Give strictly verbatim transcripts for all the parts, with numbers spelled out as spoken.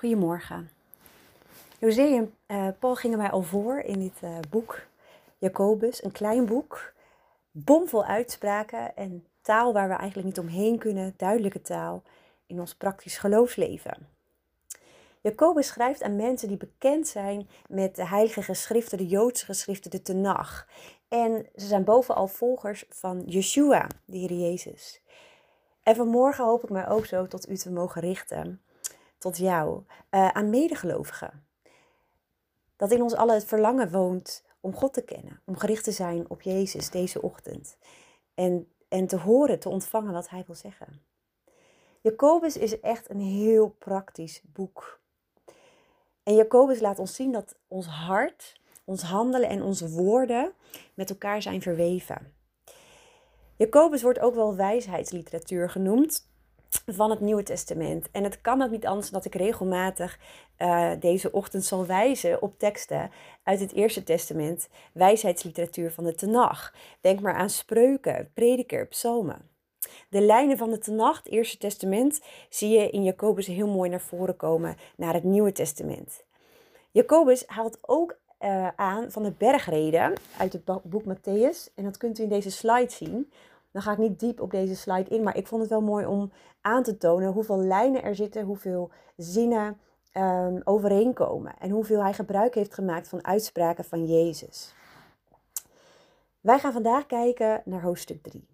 Goedemorgen. José en uh, Paul gingen mij al voor in dit uh, boek, Jacobus, een klein boek, bomvol uitspraken en taal waar we eigenlijk niet omheen kunnen, duidelijke taal in ons praktisch geloofsleven. Jacobus schrijft aan mensen die bekend zijn met de heilige geschriften, de Joodse geschriften, de Tenach. En ze zijn bovenal volgers van Yeshua, de Heer Jezus. En vanmorgen hoop ik mij ook zo tot u te mogen richten, tot jou, uh, aan medegelovigen. Dat in ons allen het verlangen woont om God te kennen, om gericht te zijn op Jezus deze ochtend. En, en te horen, te ontvangen wat Hij wil zeggen. Jacobus is echt een heel praktisch boek. En Jacobus laat ons zien dat ons hart, ons handelen en onze woorden met elkaar zijn verweven. Jacobus wordt ook wel wijsheidsliteratuur genoemd van het Nieuwe Testament. En het kan ook niet anders dan dat ik regelmatig uh, deze ochtend zal wijzen op teksten uit het Eerste Testament, wijsheidsliteratuur van de Tenach. Denk maar aan Spreuken, Prediker, Psalmen. De lijnen van de Tenach, het Eerste Testament, zie je in Jacobus heel mooi naar voren komen naar het Nieuwe Testament. Jacobus haalt ook uh, aan van de bergreden uit het boek Mattheüs. En dat kunt u in deze slide zien. Dan ga ik niet diep op deze slide in, maar ik vond het wel mooi om aan te tonen hoeveel lijnen er zitten, hoeveel zinnen um, overeenkomen en hoeveel hij gebruik heeft gemaakt van uitspraken van Jezus. Wij gaan vandaag kijken naar hoofdstuk drie.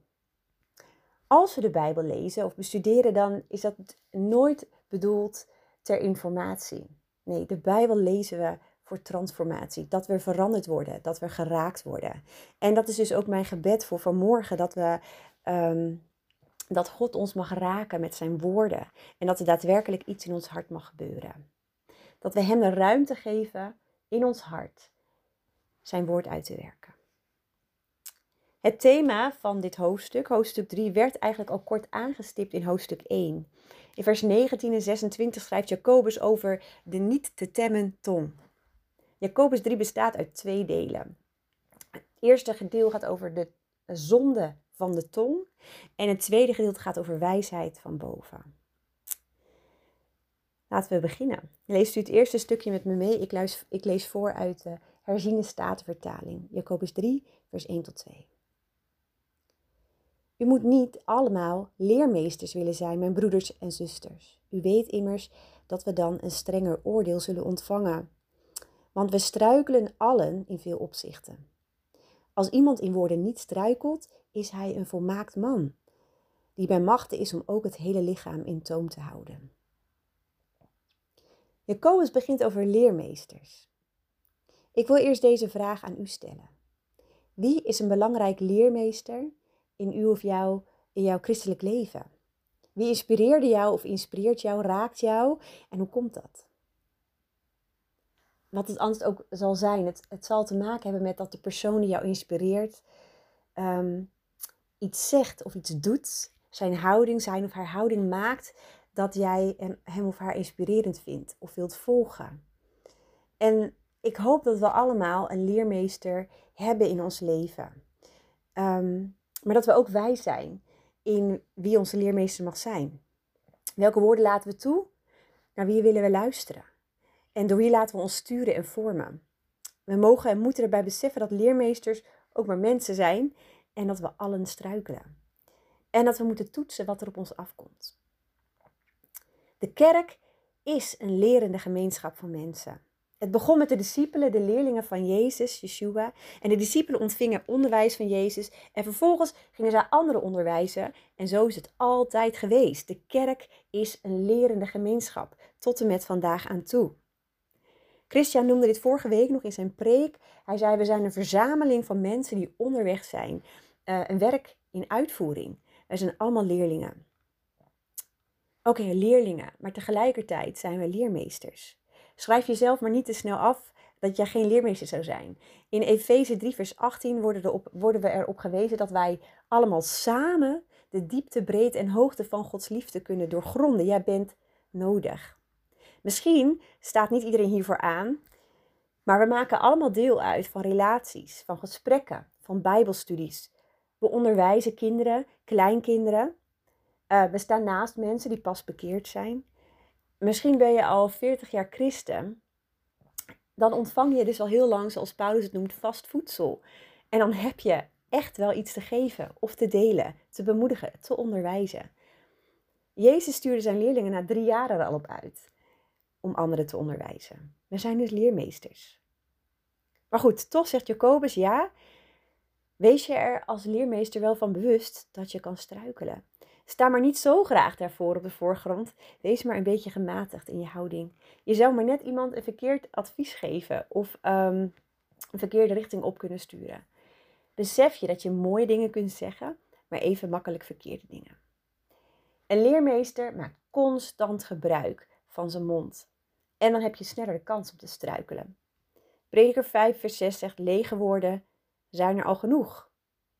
Als we de Bijbel lezen of bestuderen, dan is dat nooit bedoeld ter informatie. Nee, de Bijbel lezen we voor transformatie, dat we veranderd worden, dat we geraakt worden. En dat is dus ook mijn gebed voor vanmorgen, dat we um, dat God ons mag raken met zijn woorden en dat er daadwerkelijk iets in ons hart mag gebeuren. Dat we hem de ruimte geven in ons hart zijn woord uit te werken. Het thema van dit hoofdstuk, hoofdstuk drie, werd eigenlijk al kort aangestipt in hoofdstuk één. In vers negentien en zesentwintig schrijft Jacobus over de niet te temmen tong. Jacobus drie bestaat uit twee delen. Het eerste gedeelte gaat over de zonde van de tong. En het tweede gedeelte gaat over wijsheid van boven. Laten we beginnen. Leest u het eerste stukje met me mee. Ik lees, ik lees voor uit de herziene statenvertaling. Jacobus drie, vers één tot twee. U moet niet allemaal leermeesters willen zijn, mijn broeders en zusters. U weet immers dat we dan een strenger oordeel zullen ontvangen. Want we struikelen allen in veel opzichten. Als iemand in woorden niet struikelt, is hij een volmaakt man, die bij machte is om ook het hele lichaam in toom te houden. Jacobus begint over leermeesters. Ik wil eerst deze vraag aan u stellen. Wie is een belangrijk leermeester in u of jou, in jouw christelijk leven? Wie inspireerde jou of inspireert jou, raakt jou en hoe komt dat? Wat het anders ook zal zijn, het, het zal te maken hebben met dat de persoon die jou inspireert um, iets zegt of iets doet. Zijn houding, zijn of haar houding maakt dat jij hem of haar inspirerend vindt of wilt volgen. En ik hoop dat we allemaal een leermeester hebben in ons leven. Um, maar dat we ook wijs zijn in wie onze leermeester mag zijn. Welke woorden laten we toe? Naar wie willen we luisteren? En door wie laten we ons sturen en vormen? We mogen en moeten erbij beseffen dat leermeesters ook maar mensen zijn en dat we allen struikelen. En dat we moeten toetsen wat er op ons afkomt. De kerk is een lerende gemeenschap van mensen. Het begon met de discipelen, de leerlingen van Jezus, Yeshua. En de discipelen ontvingen onderwijs van Jezus. En vervolgens gingen zij anderen onderwijzen. En zo is het altijd geweest. De kerk is een lerende gemeenschap. Tot en met vandaag aan toe. Christian noemde dit vorige week nog in zijn preek. Hij zei, we zijn een verzameling van mensen die onderweg zijn. Uh, een werk in uitvoering. Wij zijn allemaal leerlingen. Oké, okay, leerlingen. Maar tegelijkertijd zijn we leermeesters. Schrijf jezelf maar niet te snel af dat jij geen leermeester zou zijn. In Efeze drie vers achttien worden, er op, worden we erop gewezen dat wij allemaal samen de diepte, breedte en hoogte van Gods liefde kunnen doorgronden. Jij bent nodig. Misschien staat niet iedereen hiervoor aan, maar we maken allemaal deel uit van relaties, van gesprekken, van bijbelstudies. We onderwijzen kinderen, kleinkinderen. Uh, we staan naast mensen die pas bekeerd zijn. Misschien ben je al veertig jaar christen. Dan ontvang je dus al heel lang, zoals Paulus het noemt, vast voedsel. En dan heb je echt wel iets te geven of te delen, te bemoedigen, te onderwijzen. Jezus stuurde zijn leerlingen na drie jaar er al op uit om anderen te onderwijzen. We zijn dus leermeesters. Maar goed, toch zegt Jacobus, ja, wees je er als leermeester wel van bewust dat je kan struikelen. Sta maar niet zo graag daarvoor op de voorgrond. Wees maar een beetje gematigd in je houding. Je zou maar net iemand een verkeerd advies geven of um, een verkeerde richting op kunnen sturen. Besef je dat je mooie dingen kunt zeggen, maar even makkelijk verkeerde dingen. Een leermeester maakt constant gebruik van zijn mond. En dan heb je sneller de kans om te struikelen. Prediker vijf vers zes zegt, lege woorden zijn er al genoeg.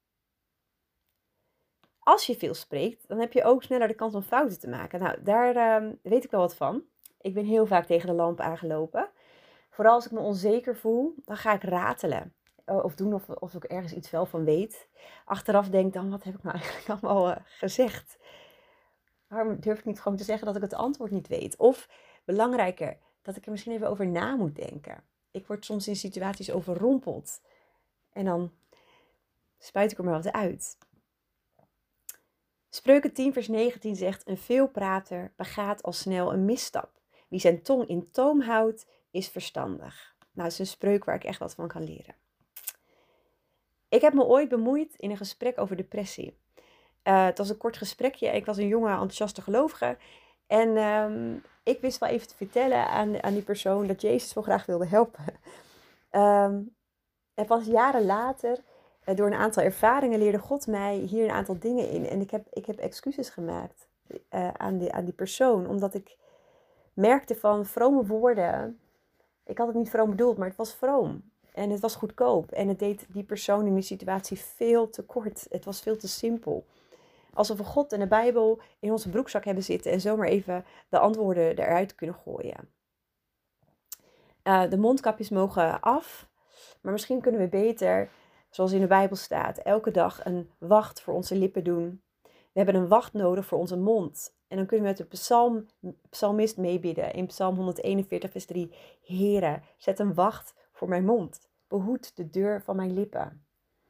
Als je veel spreekt, dan heb je ook sneller de kans om fouten te maken. Nou, daar uh, weet ik wel wat van. Ik ben heel vaak tegen de lamp aangelopen. Vooral als ik me onzeker voel, dan ga ik ratelen. Of doen of, of ik ergens iets wel van weet. Achteraf denk dan, wat heb ik nou eigenlijk allemaal uh, gezegd? Waarom durf ik niet gewoon te zeggen dat ik het antwoord niet weet? Of, belangrijker, dat ik er misschien even over na moet denken. Ik word soms in situaties overrompeld. En dan spuit ik er maar wat uit. Spreuken tien vers negentien zegt, een veelprater begaat al snel een misstap. Wie zijn tong in toom houdt, is verstandig. Nou, dat is een spreuk waar ik echt wat van kan leren. Ik heb me ooit bemoeid in een gesprek over depressie. Uh, het was een kort gesprekje. Ik was een jonge, enthousiaste gelovige. En um, ik wist wel even te vertellen aan, aan die persoon dat Jezus zo graag wilde helpen. Um, en pas jaren later, uh, door een aantal ervaringen, leerde God mij hier een aantal dingen in. En ik heb, ik heb excuses gemaakt uh, aan, die, aan die persoon. Omdat ik merkte van vrome woorden. Ik had het niet vroom bedoeld, maar het was vroom. En het was goedkoop. En het deed die persoon in die situatie veel te kort. Het was veel te simpel. Alsof we God en de Bijbel in onze broekzak hebben zitten en zomaar even de antwoorden eruit kunnen gooien. Uh, de mondkapjes mogen af, maar misschien kunnen we beter, zoals in de Bijbel staat, elke dag een wacht voor onze lippen doen. We hebben een wacht nodig voor onze mond. En dan kunnen we met de psalm, psalmist meebidden in Psalm honderdeenenveertig vers drie. Heere, zet een wacht voor mijn mond. Behoed de deur van mijn lippen.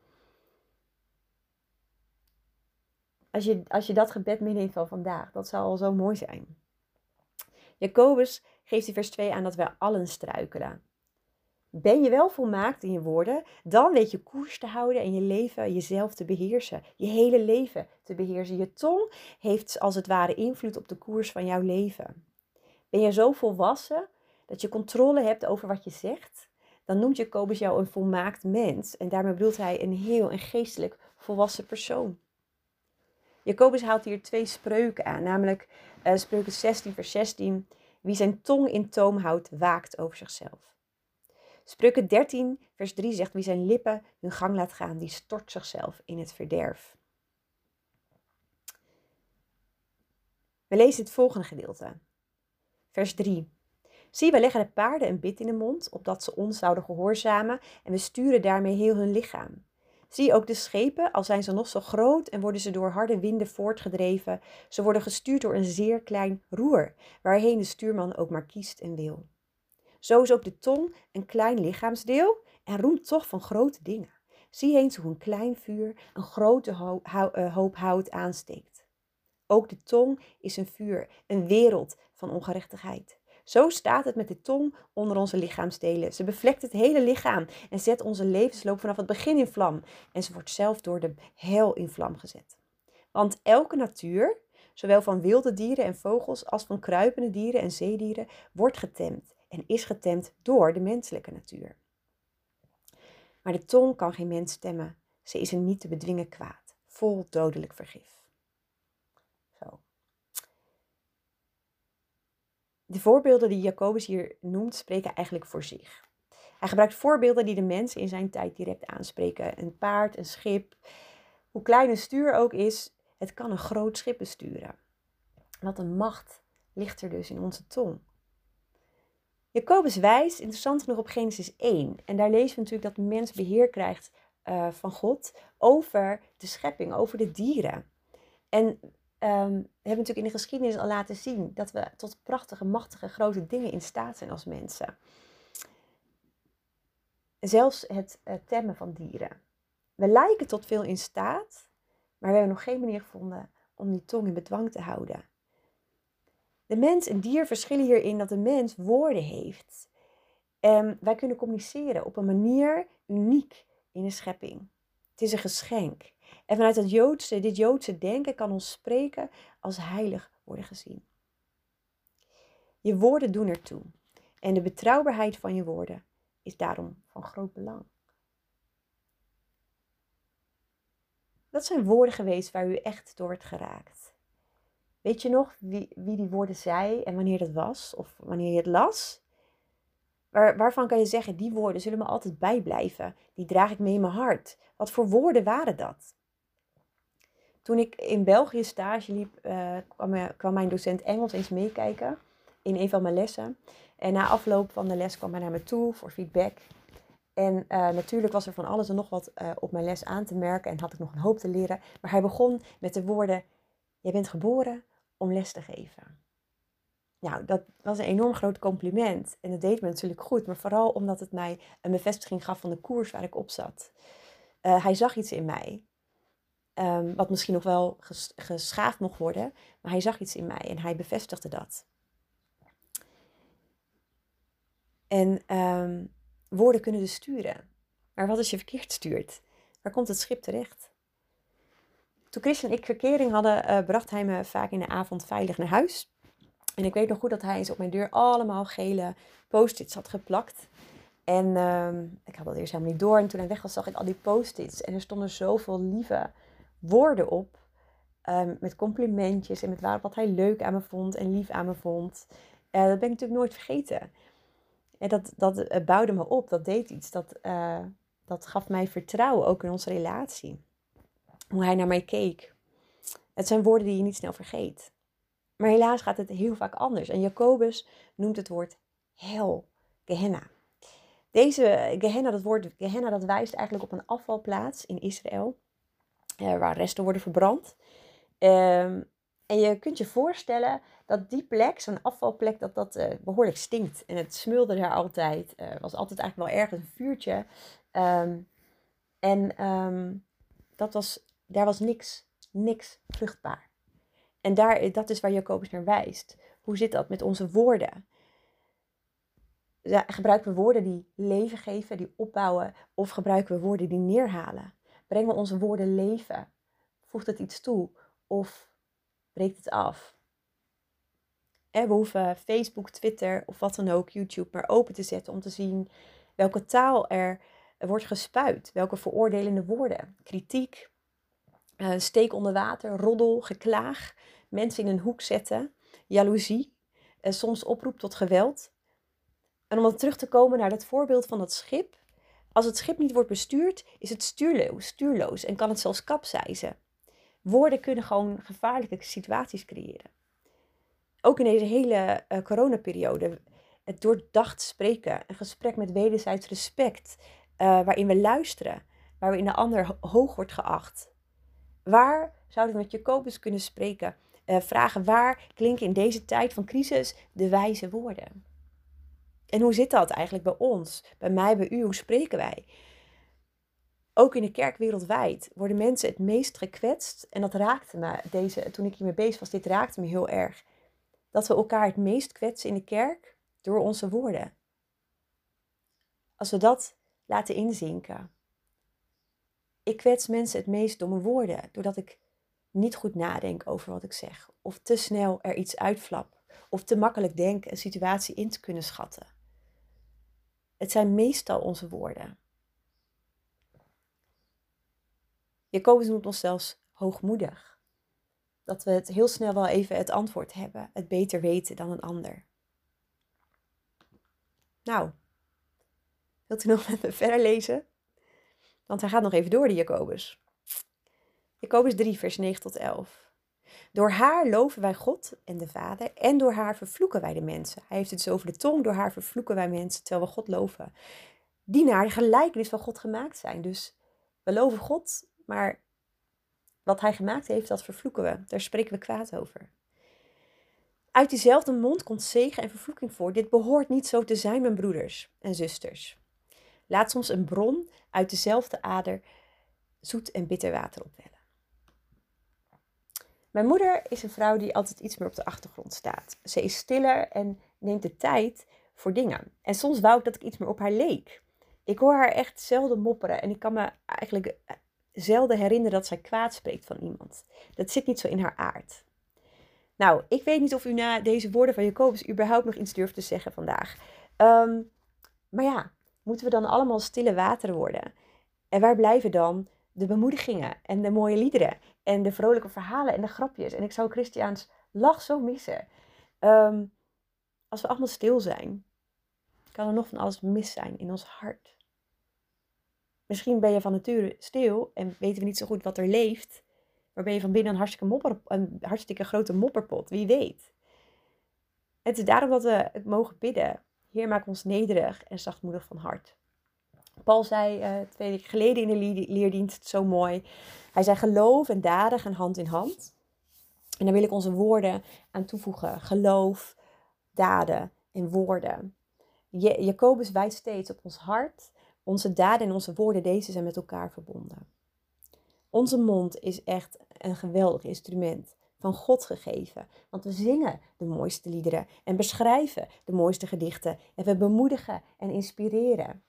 Als je, als je dat gebed meeneemt van vandaag, dat zou al zo mooi zijn. Jacobus geeft in vers twee aan dat wij allen struikelen. Ben je wel volmaakt in je woorden, dan weet je koers te houden en je leven, jezelf te beheersen. Je hele leven te beheersen. Je tong heeft als het ware invloed op de koers van jouw leven. Ben je zo volwassen dat je controle hebt over wat je zegt, dan noemt Jacobus jou een volmaakt mens. En daarmee bedoelt hij een heel en geestelijk volwassen persoon. Jacobus haalt hier twee spreuken aan, namelijk uh, spreuken zestien vers zestien. Wie zijn tong in toom houdt, waakt over zichzelf. Spreuken dertien vers drie zegt, wie zijn lippen hun gang laat gaan, die stort zichzelf in het verderf. We lezen het volgende gedeelte. Vers drie. Zie, wij leggen de paarden een bit in de mond, opdat ze ons zouden gehoorzamen en we sturen daarmee heel hun lichaam. Zie ook de schepen, al zijn ze nog zo groot en worden ze door harde winden voortgedreven, ze worden gestuurd door een zeer klein roer, waarheen de stuurman ook maar kiest en wil. Zo is ook de tong een klein lichaamsdeel en roemt toch van grote dingen. Zie eens hoe een klein vuur een grote ho- ho- uh, hoop hout aansteekt. Ook de tong is een vuur, een wereld van ongerechtigheid. Zo staat het met de tong onder onze lichaamsdelen. Ze bevlekt het hele lichaam en zet onze levensloop vanaf het begin in vlam. En ze wordt zelf door de hel in vlam gezet. Want elke natuur, zowel van wilde dieren en vogels als van kruipende dieren en zeedieren, wordt getemd en is getemd door de menselijke natuur. Maar de tong kan geen mens temmen. Ze is een niet te bedwingen kwaad, vol dodelijk vergif. Zo. De voorbeelden die Jacobus hier noemt, spreken eigenlijk voor zich. Hij gebruikt voorbeelden die de mensen in zijn tijd direct aanspreken. Een paard, een schip. Hoe klein een stuur ook is, het kan een groot schip besturen. Wat een macht ligt er dus in onze tong. Jacobus wijst, interessant genoeg, op Genesis één. En daar lezen we natuurlijk dat de mens beheer krijgt uh, van God over de schepping, over de dieren. En Um, we hebben natuurlijk in de geschiedenis al laten zien dat we tot prachtige, machtige, grote dingen in staat zijn als mensen. Zelfs het uh, temmen van dieren. We lijken tot veel in staat, maar we hebben nog geen manier gevonden om die tong in bedwang te houden. De mens en dier verschillen hierin dat de mens woorden heeft. En wij kunnen communiceren op een manier uniek in de schepping. Het is een geschenk. En vanuit dat Joodse, dit Joodse denken kan ons spreken als heilig worden gezien. Je woorden doen ertoe. En de betrouwbaarheid van je woorden is daarom van groot belang. Dat zijn woorden geweest waar u echt door werd geraakt. Weet je nog wie, wie die woorden zei en wanneer dat was? Of wanneer je het las? Waar, waarvan kan je zeggen, die woorden zullen me altijd bijblijven. Die draag ik mee in mijn hart. Wat voor woorden waren dat? Toen ik in België stage liep, uh, kwam, kwam mijn docent Engels eens meekijken in een van mijn lessen. En na afloop van de les kwam hij naar me toe voor feedback. En uh, natuurlijk was er van alles en nog wat uh, op mijn les aan te merken en had ik nog een hoop te leren. Maar hij begon met de woorden, jij bent geboren om les te geven. Nou, dat was een enorm groot compliment. En dat deed me natuurlijk goed. Maar vooral omdat het mij een bevestiging gaf van de koers waar ik op zat. Uh, hij zag iets in mij. Um, wat misschien nog wel ges- geschaafd mocht worden. Maar hij zag iets in mij en hij bevestigde dat. En um, woorden kunnen dus sturen. Maar wat als je verkeerd stuurt? Waar komt het schip terecht? Toen Chris en ik verkering hadden, uh, bracht hij me vaak in de avond veilig naar huis. En ik weet nog goed dat hij eens op mijn deur allemaal gele post-its had geplakt. En um, ik had dat eerst helemaal niet door. En toen hij weg was, zag ik al die post-its. En er stonden zoveel lieve woorden op. Um, met complimentjes en met wat hij leuk aan me vond en lief aan me vond. Uh, dat ben ik natuurlijk nooit vergeten. En dat, dat uh, bouwde me op. Dat deed iets. Dat, uh, dat gaf mij vertrouwen, ook in onze relatie. Hoe hij naar mij keek. Het zijn woorden die je niet snel vergeet. Maar helaas gaat het heel vaak anders. En Jacobus noemt het woord hel, Gehenna. Deze Gehenna, dat woord Gehenna, dat wijst eigenlijk op een afvalplaats in Israël. Uh, waar resten worden verbrand. Um, en je kunt je voorstellen dat die plek, zo'n afvalplek, dat dat uh, behoorlijk stinkt. En het smulde daar altijd. Er uh, was altijd eigenlijk wel ergens een vuurtje. Um, en um, dat was, daar was niks, niks vruchtbaar. En daar, dat is waar Jacobus naar wijst. Hoe zit dat met onze woorden? Ja, gebruiken we woorden die leven geven, die opbouwen? Of gebruiken we woorden die neerhalen? Brengen we onze woorden leven? Voegt het iets toe? Of breekt het af? En we hoeven Facebook, Twitter of wat dan ook, YouTube, maar open te zetten om te zien welke taal er wordt gespuit. Welke veroordelende woorden. Kritiek, uh, steek onder water, roddel, geklaag. Mensen in een hoek zetten, jaloezie, uh, soms oproep tot geweld. En om dan terug te komen naar het voorbeeld van dat schip. Als het schip niet wordt bestuurd, is het stuurloos, stuurloos en kan het zelfs kapseizen. Woorden kunnen gewoon gevaarlijke situaties creëren. Ook in deze hele uh, coronaperiode. Het doordacht spreken, een gesprek met wederzijds respect. Uh, waarin we luisteren, waarin de ander hoog wordt geacht. Waar zouden we met Jacobus kunnen spreken? Uh, vragen waar klinken in deze tijd van crisis de wijze woorden? En hoe zit dat eigenlijk bij ons? Bij mij, bij u, hoe spreken wij? Ook in de kerk wereldwijd worden mensen het meest gekwetst. En dat raakte me, deze, toen ik hiermee bezig was, dit raakte me heel erg. Dat we elkaar het meest kwetsen in de kerk door onze woorden. Als we dat laten inzinken. Ik kwets mensen het meest door mijn woorden. Doordat ik niet goed nadenk over wat ik zeg. Of te snel er iets uitflap. Of te makkelijk denk een situatie in te kunnen schatten. Het zijn meestal onze woorden. Jacobus noemt ons zelfs hoogmoedig. Dat we het heel snel wel even het antwoord hebben. Het beter weten dan een ander. Nou, wilt u nog met me verder lezen? Want hij gaat nog even door, die Jacobus. Jacobus drie, vers negen tot elf. Door haar loven wij God en de Vader en door haar vervloeken wij de mensen. Hij heeft het dus over de tong, door haar vervloeken wij mensen terwijl we God loven. Die naar de gelijkenis van God gemaakt zijn. Dus we loven God, maar wat hij gemaakt heeft, dat vervloeken we. Daar spreken we kwaad over. Uit diezelfde mond komt zegen en vervloeking voor. Dit behoort niet zo te zijn, mijn broeders en zusters. Laat soms een bron uit dezelfde ader zoet en bitter water opwellen. Mijn moeder is een vrouw die altijd iets meer op de achtergrond staat. Ze is stiller en neemt de tijd voor dingen. En soms wou ik dat ik iets meer op haar leek. Ik hoor haar echt zelden mopperen en ik kan me eigenlijk zelden herinneren dat zij kwaad spreekt van iemand. Dat zit niet zo in haar aard. Nou, ik weet niet of u na deze woorden van Jacobus überhaupt nog iets durft te zeggen vandaag. Um, maar ja, moeten we dan allemaal stille wateren worden? En waar blijven dan de bemoedigingen en de mooie liederen en de vrolijke verhalen en de grapjes? En ik zou Christiaans lach zo missen. Um, als we allemaal stil zijn, kan er nog van alles mis zijn in ons hart. Misschien ben je van nature stil en weten we niet zo goed wat er leeft. Maar ben je van binnen een hartstikke, mopper, een hartstikke grote mopperpot, wie weet. Het is daarom dat we het mogen bidden. Heer, maak ons nederig en zachtmoedig van hart. Paul zei uh, twee weken geleden in de leerdienst zo mooi. Hij zei geloof en daden gaan hand in hand. En daar wil ik onze woorden aan toevoegen. Geloof, daden en woorden. Je, Jacobus wijst steeds op ons hart. Onze daden en onze woorden, deze zijn met elkaar verbonden. Onze mond is echt een geweldig instrument, van God gegeven. Want we zingen de mooiste liederen en beschrijven de mooiste gedichten. En we bemoedigen en inspireren.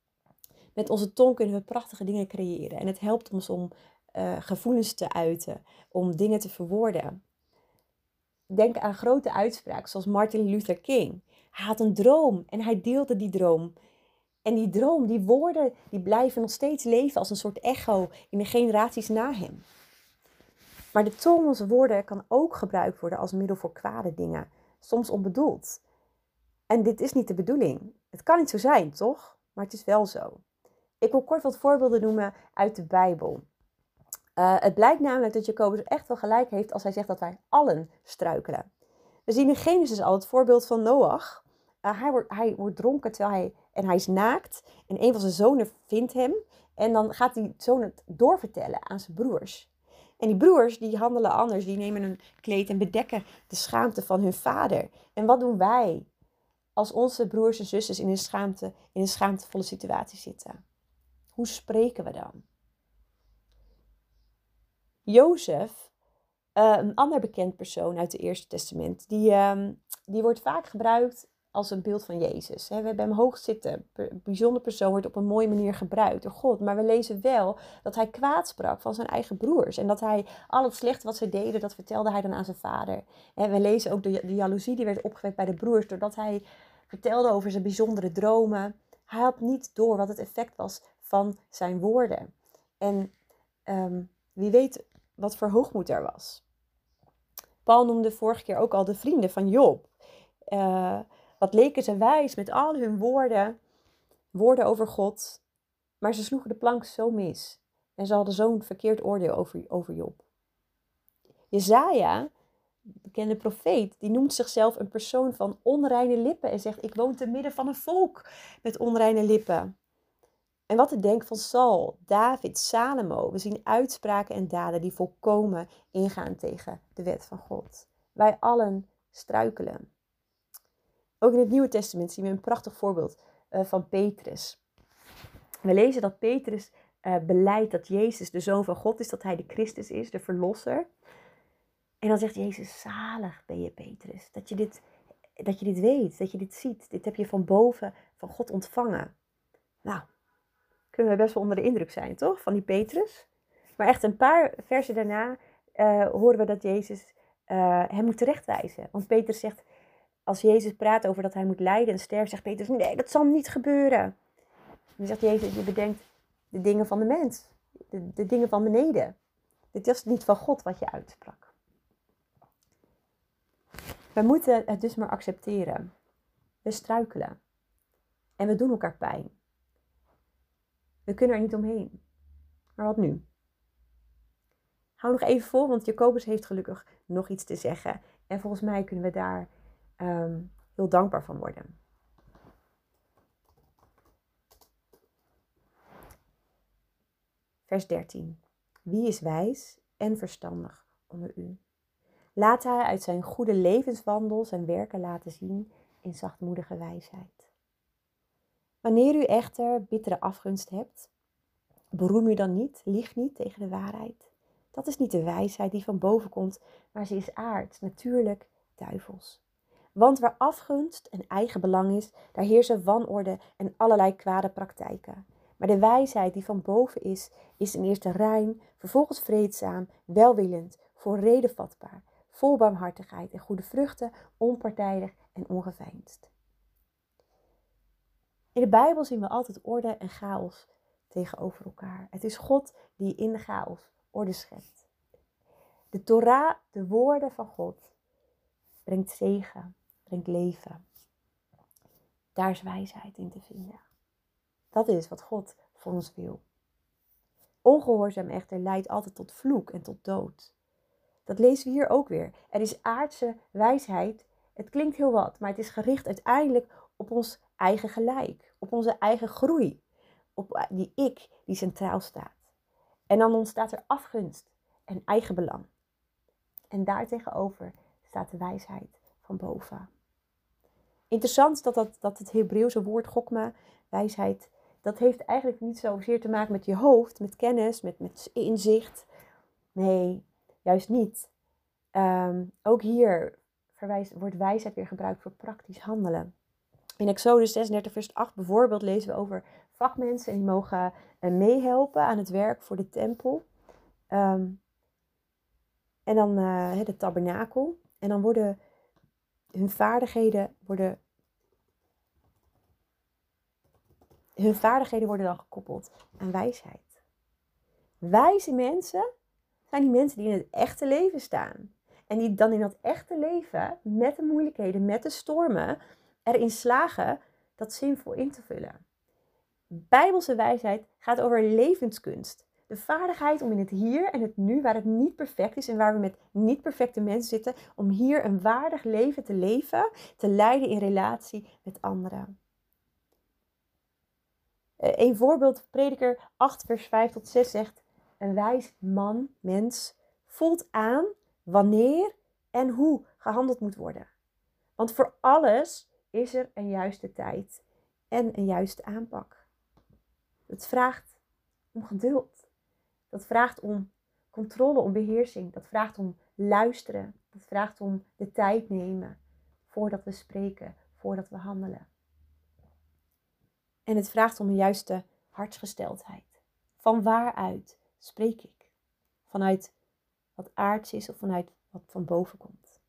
Met onze tong kunnen we prachtige dingen creëren. En het helpt ons om uh, gevoelens te uiten, om dingen te verwoorden. Denk aan grote uitspraken zoals Martin Luther King. Hij had een droom en hij deelde die droom. En die droom, die woorden, die blijven nog steeds leven als een soort echo in de generaties na hem. Maar de tong, onze woorden, kan ook gebruikt worden als middel voor kwade dingen. Soms onbedoeld. En dit is niet de bedoeling. Het kan niet zo zijn, toch? Maar het is wel zo. Ik wil kort wat voorbeelden noemen uit de Bijbel. Uh, het blijkt namelijk dat Jacobus echt wel gelijk heeft als hij zegt dat wij allen struikelen. We zien in Genesis al het voorbeeld van Noach. Uh, hij, wordt, hij wordt dronken terwijl hij, en hij is naakt. En een van zijn zonen vindt hem. En dan gaat die zoon het doorvertellen aan zijn broers. En die broers die handelen anders. Die nemen een kleed en bedekken de schaamte van hun vader. En wat doen wij als onze broers en zusters in een, schaamte, in een schaamtevolle situatie zitten? Hoe spreken we dan? Jozef, uh, een ander bekend persoon uit het Eerste Testament, die, uh, die wordt vaak gebruikt als een beeld van Jezus. He, we hebben hem hoog zitten. Een bijzonder persoon wordt op een mooie manier gebruikt door God. Maar we lezen wel dat hij kwaad sprak van zijn eigen broers. En dat hij al het slechte wat ze deden, dat vertelde hij dan aan zijn vader. En we lezen ook de, de jaloezie die werd opgewekt bij de broers, doordat hij vertelde over zijn bijzondere dromen. Hij had niet door wat het effect was van zijn woorden. En um, wie weet wat voor hoogmoed er was. Paul noemde vorige keer ook al de vrienden van Job. Uh, wat leken ze wijs met al hun woorden, woorden over God. Maar ze sloegen de plank zo mis. En ze hadden zo'n verkeerd oordeel over, over Job. Jesaja, bekende profeet, die noemt zichzelf een persoon van onreine lippen. En zegt, ik woon te midden van een volk met onreine lippen. En wat te denken van Saul, David, Salomo. We zien uitspraken en daden die volkomen ingaan tegen de wet van God. Wij allen struikelen. Ook in het Nieuwe Testament zien we een prachtig voorbeeld uh, van Petrus. We lezen dat Petrus uh, belijdt dat Jezus de Zoon van God is, dat hij de Christus is, de Verlosser. En dan zegt Jezus, zalig ben je Petrus, dat je dit, dat je dit weet, dat je dit ziet. Dit heb je van boven van God ontvangen. Nou, kunnen we best wel onder de indruk zijn, toch? Van die Petrus. Maar echt een paar versen daarna uh, horen we dat Jezus uh, hem moet terechtwijzen. Want Petrus zegt, als Jezus praat over dat hij moet lijden en sterven, zegt Petrus, nee, dat zal niet gebeuren. En dan zegt Jezus, je bedenkt de dingen van de mens. De, de dingen van beneden. Dit was niet van God wat je uitsprak. We moeten het dus maar accepteren. We struikelen. En we doen elkaar pijn. We kunnen er niet omheen. Maar wat nu? Hou nog even vol, want Jacobus heeft gelukkig nog iets te zeggen. En volgens mij kunnen we daar um, heel dankbaar van worden. Vers dertien. Wie is wijs en verstandig onder u. Laat hij uit zijn goede levenswandel zijn werken laten zien in zachtmoedige wijsheid. Wanneer u echter bittere afgunst hebt, beroem u dan niet, lieg niet tegen de waarheid. Dat is niet de wijsheid die van boven komt, maar ze is aards, natuurlijk duivels. Want waar afgunst en eigen belang is, daar heersen wanorde en allerlei kwade praktijken. Maar de wijsheid die van boven is, is ten eerste rein, vervolgens vreedzaam, welwillend, voor reden vatbaar, vol barmhartigheid en goede vruchten, onpartijdig en ongeveinsd. In de Bijbel zien we altijd orde en chaos tegenover elkaar. Het is God die in de chaos orde schept. De Torah, de woorden van God, brengt zegen, brengt leven. Daar is wijsheid in te vinden. Dat is wat God voor ons wil. Ongehoorzaam echter leidt altijd tot vloek en tot dood. Dat lezen we hier ook weer. Er is aardse wijsheid. Het klinkt heel wat, maar het is gericht uiteindelijk op ons eigen gelijk. Op onze eigen groei. Op die ik die centraal staat. En dan ontstaat er afgunst en eigenbelang. En daartegenover staat de wijsheid van boven. Interessant is dat, dat, dat het Hebreeuwse woord gokma, wijsheid, dat heeft eigenlijk niet zozeer te maken met je hoofd, met kennis, met, met inzicht. Nee, juist niet. Um, ook hier verwijst, wordt wijsheid weer gebruikt voor praktisch handelen. In Exodus zesendertig vers acht bijvoorbeeld lezen we over vakmensen en die mogen uh, meehelpen aan het werk voor de tempel. Um, en dan uh, de tabernakel. En dan worden hun vaardigheden worden, hun vaardigheden worden dan gekoppeld aan wijsheid. Wijze mensen zijn die mensen die in het echte leven staan. En die dan in dat echte leven, met de moeilijkheden, met de stormen, erin slagen dat zinvol in te vullen. Bijbelse wijsheid gaat over levenskunst. De vaardigheid om in het hier en het nu, waar het niet perfect is en waar we met niet perfecte mensen zitten, om hier een waardig leven te leven, te leiden in relatie met anderen. Een voorbeeld, Prediker acht vers vijf tot zes zegt, een wijs man, mens, voelt aan wanneer en hoe gehandeld moet worden. Want voor alles is er een juiste tijd en een juiste aanpak. Het vraagt om geduld. Dat vraagt om controle, om beheersing. Dat vraagt om luisteren. Dat vraagt om de tijd nemen voordat we spreken, voordat we handelen. En het vraagt om een juiste hartsgesteldheid. Van waaruit spreek ik? Vanuit wat aards is of vanuit wat van boven komt?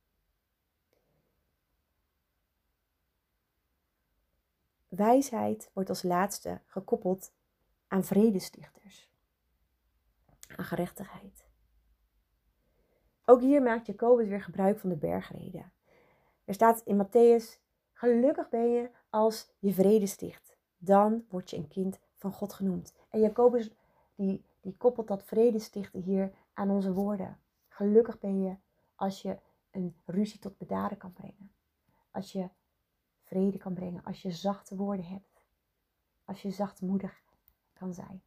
Wijsheid wordt als laatste gekoppeld aan vredestichters. Aan gerechtigheid. Ook hier maakt Jacobus weer gebruik van de bergreden. Er staat in Matthäus, gelukkig ben je als je vrede sticht. Dan word je een kind van God genoemd. En Jacobus die, die koppelt dat vrede stichten hier aan onze woorden. Gelukkig ben je als je een ruzie tot bedaren kan brengen. Als je vrede kan brengen. Als je zachte woorden hebt. Als je zachtmoedig kan zijn.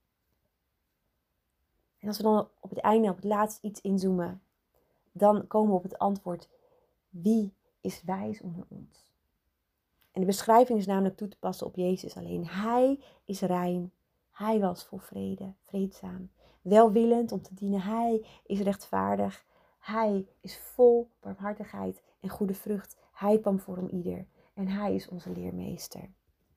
En als we dan op het einde, op het laatst iets inzoomen, dan komen we op het antwoord, wie is wijs onder ons? En de beschrijving is namelijk toe te passen op Jezus alleen. Hij is rein, hij was vol vrede, vreedzaam, welwillend om te dienen. Hij is rechtvaardig, hij is vol barmhartigheid en goede vrucht. Hij kwam voor om ieder en hij is onze leermeester.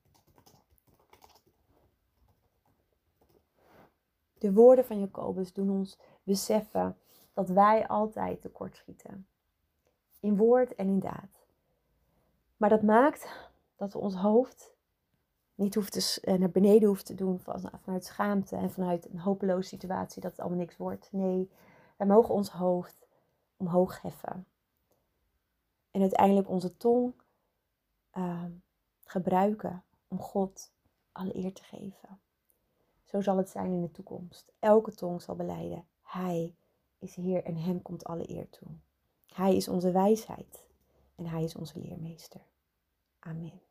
De woorden van Jacobus doen ons beseffen dat wij altijd tekortschieten. In woord en in daad. Maar dat maakt dat we ons hoofd niet hoeft te, naar beneden hoeft te doen vanuit schaamte en vanuit een hopeloze situatie dat het allemaal niks wordt. Nee, wij mogen ons hoofd omhoog heffen. En uiteindelijk onze tong uh, gebruiken om God alle eer te geven. Zo zal het zijn in de toekomst. Elke tong zal belijden. Hij is Heer en hem komt alle eer toe. Hij is onze wijsheid en hij is onze leermeester. Amen.